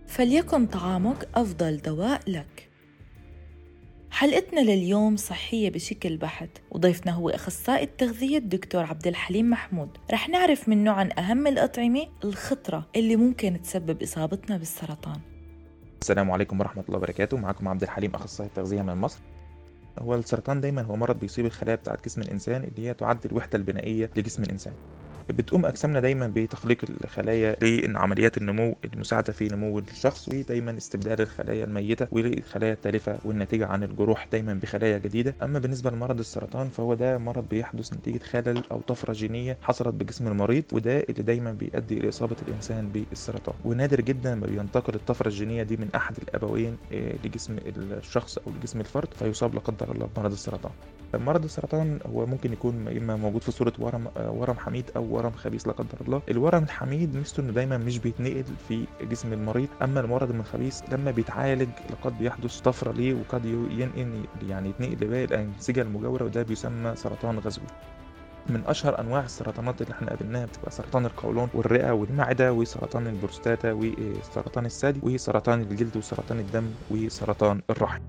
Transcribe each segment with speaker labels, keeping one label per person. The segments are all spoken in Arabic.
Speaker 1: فليكن طعامك أفضل دواء لك. حلقتنا لليوم صحية بشكل بحت، وضيفنا هو أخصائي التغذية الدكتور عبد الحليم محمود. رح نعرف منه عن أهم الأطعمة الخطرة اللي ممكن تسبب إصابتنا بالسرطان.
Speaker 2: السلام عليكم ورحمة الله وبركاته. معكم عبد الحليم، أخصائي التغذية من مصر. هو السرطان دايما هو مرض بيصيب الخلايا بتاعة جسم الإنسان اللي هي تعد الوحدة البنائية لجسم الإنسان. بتقوم أجسامنا دايما بتخليق الخلايا لعمليات النمو المساعدة في نمو الشخص، ودايما استبدال الخلايا الميتة والخلايا التالفة والناتجة عن الجروح دايما بخلايا جديدة. أما بالنسبة لمرض السرطان فهو ده مرض بيحدث نتيجة خلل أو طفرة جينية حصلت بجسم المريض، وده اللي دايما بيؤدي إلى إصابة الإنسان بالسرطان. ونادر جدا ما بينتقل الطفرة الجينية دي من أحد الأبوين لجسم الشخص أو لجسم الفرد فيصاب لا قدر الله بمرض السرطان. مرض السرطان هو ممكن يكون إما موجود في صورة ورم حميد أو ورم خبيث لا قدر الله. الورم الحميد ميزته إنه دايما مش بيتنقل في جسم المريض، أما الورم الخبيث لما بيتعالج لقد بيحدث طفرة ليه وقد يتنقل لباقي الأنسجة المجاورة، وده بيسمى سرطان غزوي. من أشهر أنواع السرطانات اللي احنا قابلناها بتبقى سرطان القولون والرئة والمعدة، وسرطان البروستاتا وسرطان الثدي وسرطان الجلد وسرطان الدم وسرطان الرحم.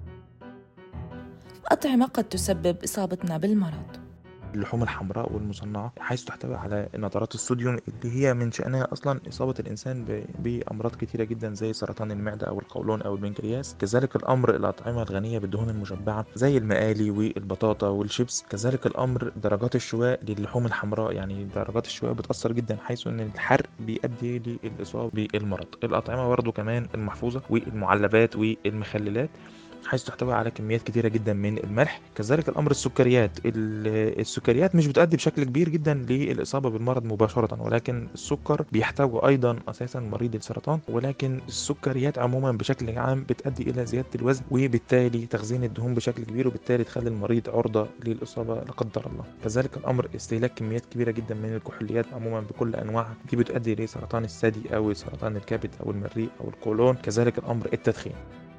Speaker 1: أطعمة قد تسبب إصابتنا بالمرض:
Speaker 2: اللحوم الحمراء والمصنعة، حيث تحتوي على نترات الصوديوم اللي هي من شأنها أصلا إصابة الإنسان بأمراض كتيرة جدا زي سرطان المعدة أو القولون أو البنكرياس. كذلك الأمر الأطعمة الغنية بالدهون المشبعة زي المقالي والبطاطا والشيبس. كذلك الأمر درجات الشواء للحوم الحمراء، يعني درجات الشواء بتأثر جدا حيث أن الحرق بيؤدي للإصابة بالمرض. الأطعمة برضو كمان المحفوظة والمعلبات والمخللات، حيث تحتوي على كميات كتيرة جدا من الملح. كذلك الأمر السكريات مش بتؤدي بشكل كبير جدا للإصابة بالمرض مباشرة، ولكن السكر بيحتوي أيضا أساسا مريض السرطان، ولكن السكريات عموما بشكل عام بتؤدي إلى زيادة الوزن وبالتالي تخزين الدهون بشكل كبير، وبالتالي تخلي المريض عرضة للإصابة لا قدر الله. كذلك الأمر استهلاك كميات كبيرة جدا من الكحوليات عموما بكل أنواعها، دي بتؤدي لسرطان الثدي أو سرطان الكبد أو المريء أو القولون. كذلك الأمر التدخين.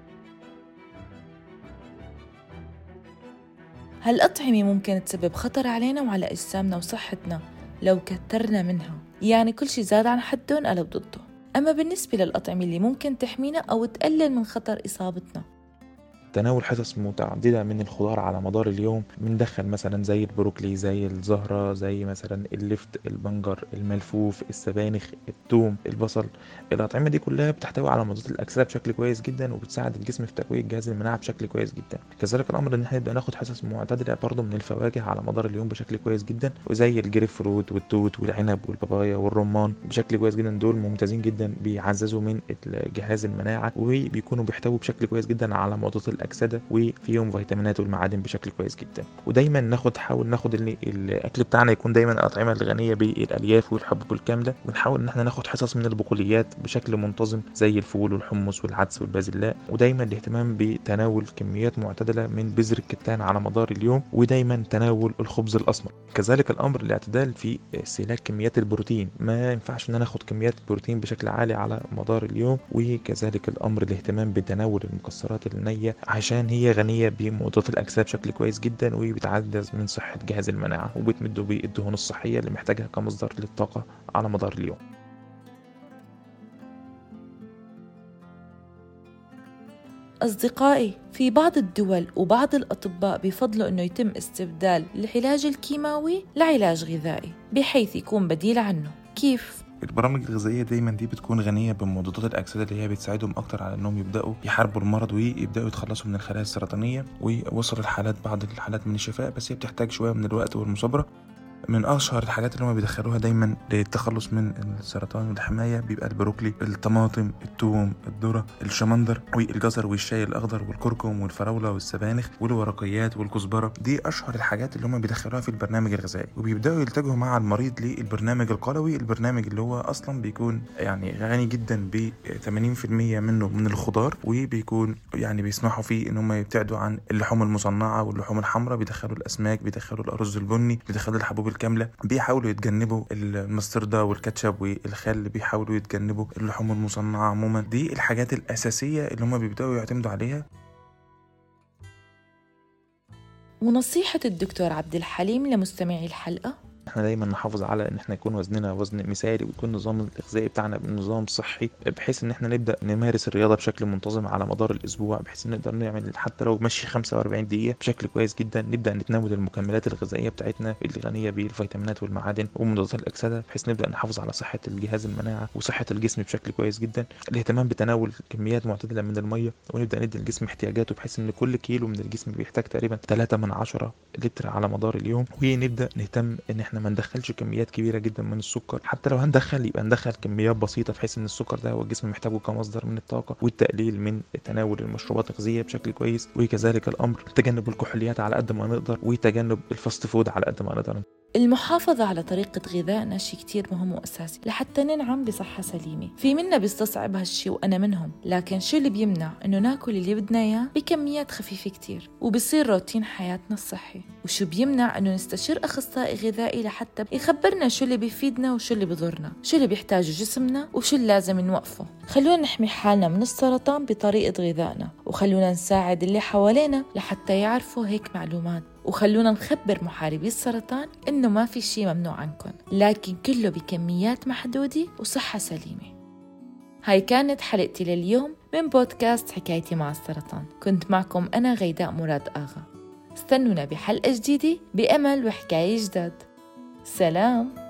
Speaker 1: هالأطعمة ممكن تسبب خطر علينا وعلى أجسامنا وصحتنا لو كترنا منها، يعني كل شي زاد عن حده انقلب ضده. أما بالنسبة للأطعمة اللي ممكن تحمينا أو تقلل من خطر إصابتنا:
Speaker 2: تناول حصص متعددة من الخضار على مدار اليوم، بندخل مثلا زي البروكلي، زي الزهرة، زي مثلا اللفت، البنجر، الملفوف، السبانخ، الثوم، البصل. الأطعمة دي كلها بتحتوي على مضادات الأكسدة بشكل كويس جدا، وبتساعد الجسم في تقوية جهاز المناعة بشكل كويس جدا. كذلك الأمر إن احنا نبدأ ناخد حصص معتدلة برضه من الفواكه على مدار اليوم بشكل كويس جدا، وزي الجريب فروت والتوت والعنب والبابايا والرمان بشكل كويس جدا. دول ممتازين جدا، بيعززوا من جهاز المناعة، وبيكونوا بيحتووا بشكل كويس جدا على مضادات الأكسدة وفيهم فيتامينات والمعادن بشكل كويس جدا. ودايما نحاول ناخد الاكل بتاعنا يكون دايما الاطعمه الغنيه بالالياف والحبوب الكامله، ونحاول ان احنا ناخد حصص من البقوليات بشكل منتظم زي الفول والحمص والعدس والبازلاء. ودايما الاهتمام بتناول كميات معتدله من بذر الكتان على مدار اليوم، ودايما تناول الخبز الاسمر. كذلك الامر الاعتدال في استهلاك كميات البروتين، ما ينفعش ان انا اخد كميات البروتين بشكل عالي على مدار اليوم. وكذلك الامر الاهتمام بتناول المكسرات النية عشان هي غنية بمضادات الأكسدة بشكل كويس جدا، وبتعزز من صحة جهاز المناعة، وبتمده بالدهون الصحية اللي محتاجها كمصدر للطاقة على مدار اليوم.
Speaker 1: أصدقائي، في بعض الدول وبعض الأطباء بيفضلوا أنه يتم استبدال العلاج الكيماوي لعلاج غذائي بحيث يكون بديل عنه. كيف؟
Speaker 2: البرامج الغذائية دايما دي بتكون غنية بمضادات الأكسدة اللي هي بتساعدهم أكتر على أنهم يبدأوا يحاربوا المرض ويبدأوا يتخلصوا من الخلايا السرطانية، ووصل بعض الحالات من الشفاء، بس هي بتحتاج شوية من الوقت والمصابرة. من أشهر الحاجات اللي هم بيدخلوها دايما للتخلص من السرطان والحماية بيبقى البروكلي، الطماطم، الثوم، الذرة، الشمندر والجزر والشاي الأخضر والكركم والفراولة والسبانخ والورقيات والكزبرة. دي أشهر الحاجات اللي هم بيدخلوها في البرنامج الغذائي، وبيبدأوا يلتجوا مع المريض للبرنامج القلوي. البرنامج اللي هو أصلا بيكون يعني غني جدا ب 80% منه من الخضار، وبيكون يعني بيسمحوا فيه إن هم يبتعدوا عن اللحوم المصنعة واللحوم الحمراء. بيدخلوا الأسماك، بيدخلوا الأرز البني، بيدخلوا الحبوب الكاملة، بيحاولوا يتجنبوا المستردة والكاتشب والخل، بيحاولوا يتجنبوا اللحوم المصنعة عموما. دي الحاجات الأساسية اللي هم بيبدأوا يعتمدوا عليها.
Speaker 1: ونصيحة الدكتور عبد الحليم لمستمعي الحلقة:
Speaker 2: احنا دايما نحافظ على ان احنا يكون وزننا وزن مثالي، ويكون النظام الغذائي بتاعنا بنظام صحي، بحيث ان احنا نبدا نمارس الرياضه بشكل منتظم على مدار الاسبوع، بحيث ان نقدر نعمل حتى لو مشي 45 دقيقه بشكل كويس جدا. نبدا نتناول المكملات الغذائيه بتاعتنا اللي غنيه بالفيتامينات والمعادن ومضادات الاكسده، بحيث نبدا نحافظ على صحه الجهاز المناعه وصحه الجسم بشكل كويس جدا. الاهتمام بتناول كميات معتدله من الميه، ونبدا ندي الجسم احتياجاته، بحيث ان كل كيلو من الجسم بيحتاج تقريبا 3 من 10 لتر على مدار اليوم. ونبدا نهتم ان احنا ما ندخلش كميات كبيره جدا من السكر، حتى لو هندخل يبقى ندخل كميات بسيطه، بحيث ان السكر ده هو الجسم محتاجه كمصدر من الطاقه، والتقليل من تناول المشروبات الغازيه بشكل كويس. وكذلك الامر تجنب الكحوليات على قد ما نقدر، وتجنب الفاست فود على قد ما نقدر.
Speaker 1: المحافظة على طريقة غذائنا شيء كتير مهم وأساسي لحتى ننعم بصحة سليمة. في منا بيستصعب هالشي وأنا منهم، لكن شو اللي بيمنع إنه ناكل اللي بدنا إياه بكميات خفيفة كتير وبصير روتين حياتنا الصحي؟ وشو بيمنع إنه نستشير أخصائي غذائي لحتى يخبرنا شو اللي بيفيدنا وشو اللي بضرنا، شو اللي بيحتاجه جسمنا وشو اللي لازم نوقفه. خلونا نحمي حالنا من السرطان بطريقة غذائنا، وخلونا نساعد اللي حوالينا لحتى يعرفوا هيك معلومات، وخلونا نخبر محاربي السرطان إنه ما في شيء ممنوع عنكم، لكن كله بكميات محدودة وصحة سليمة. هاي كانت حلقتي لليوم من بودكاست حكايتي مع السرطان. كنت معكم أنا غيداء مراد آغا. استنونا بحلقة جديدة بأمل وحكاية جداد. سلام.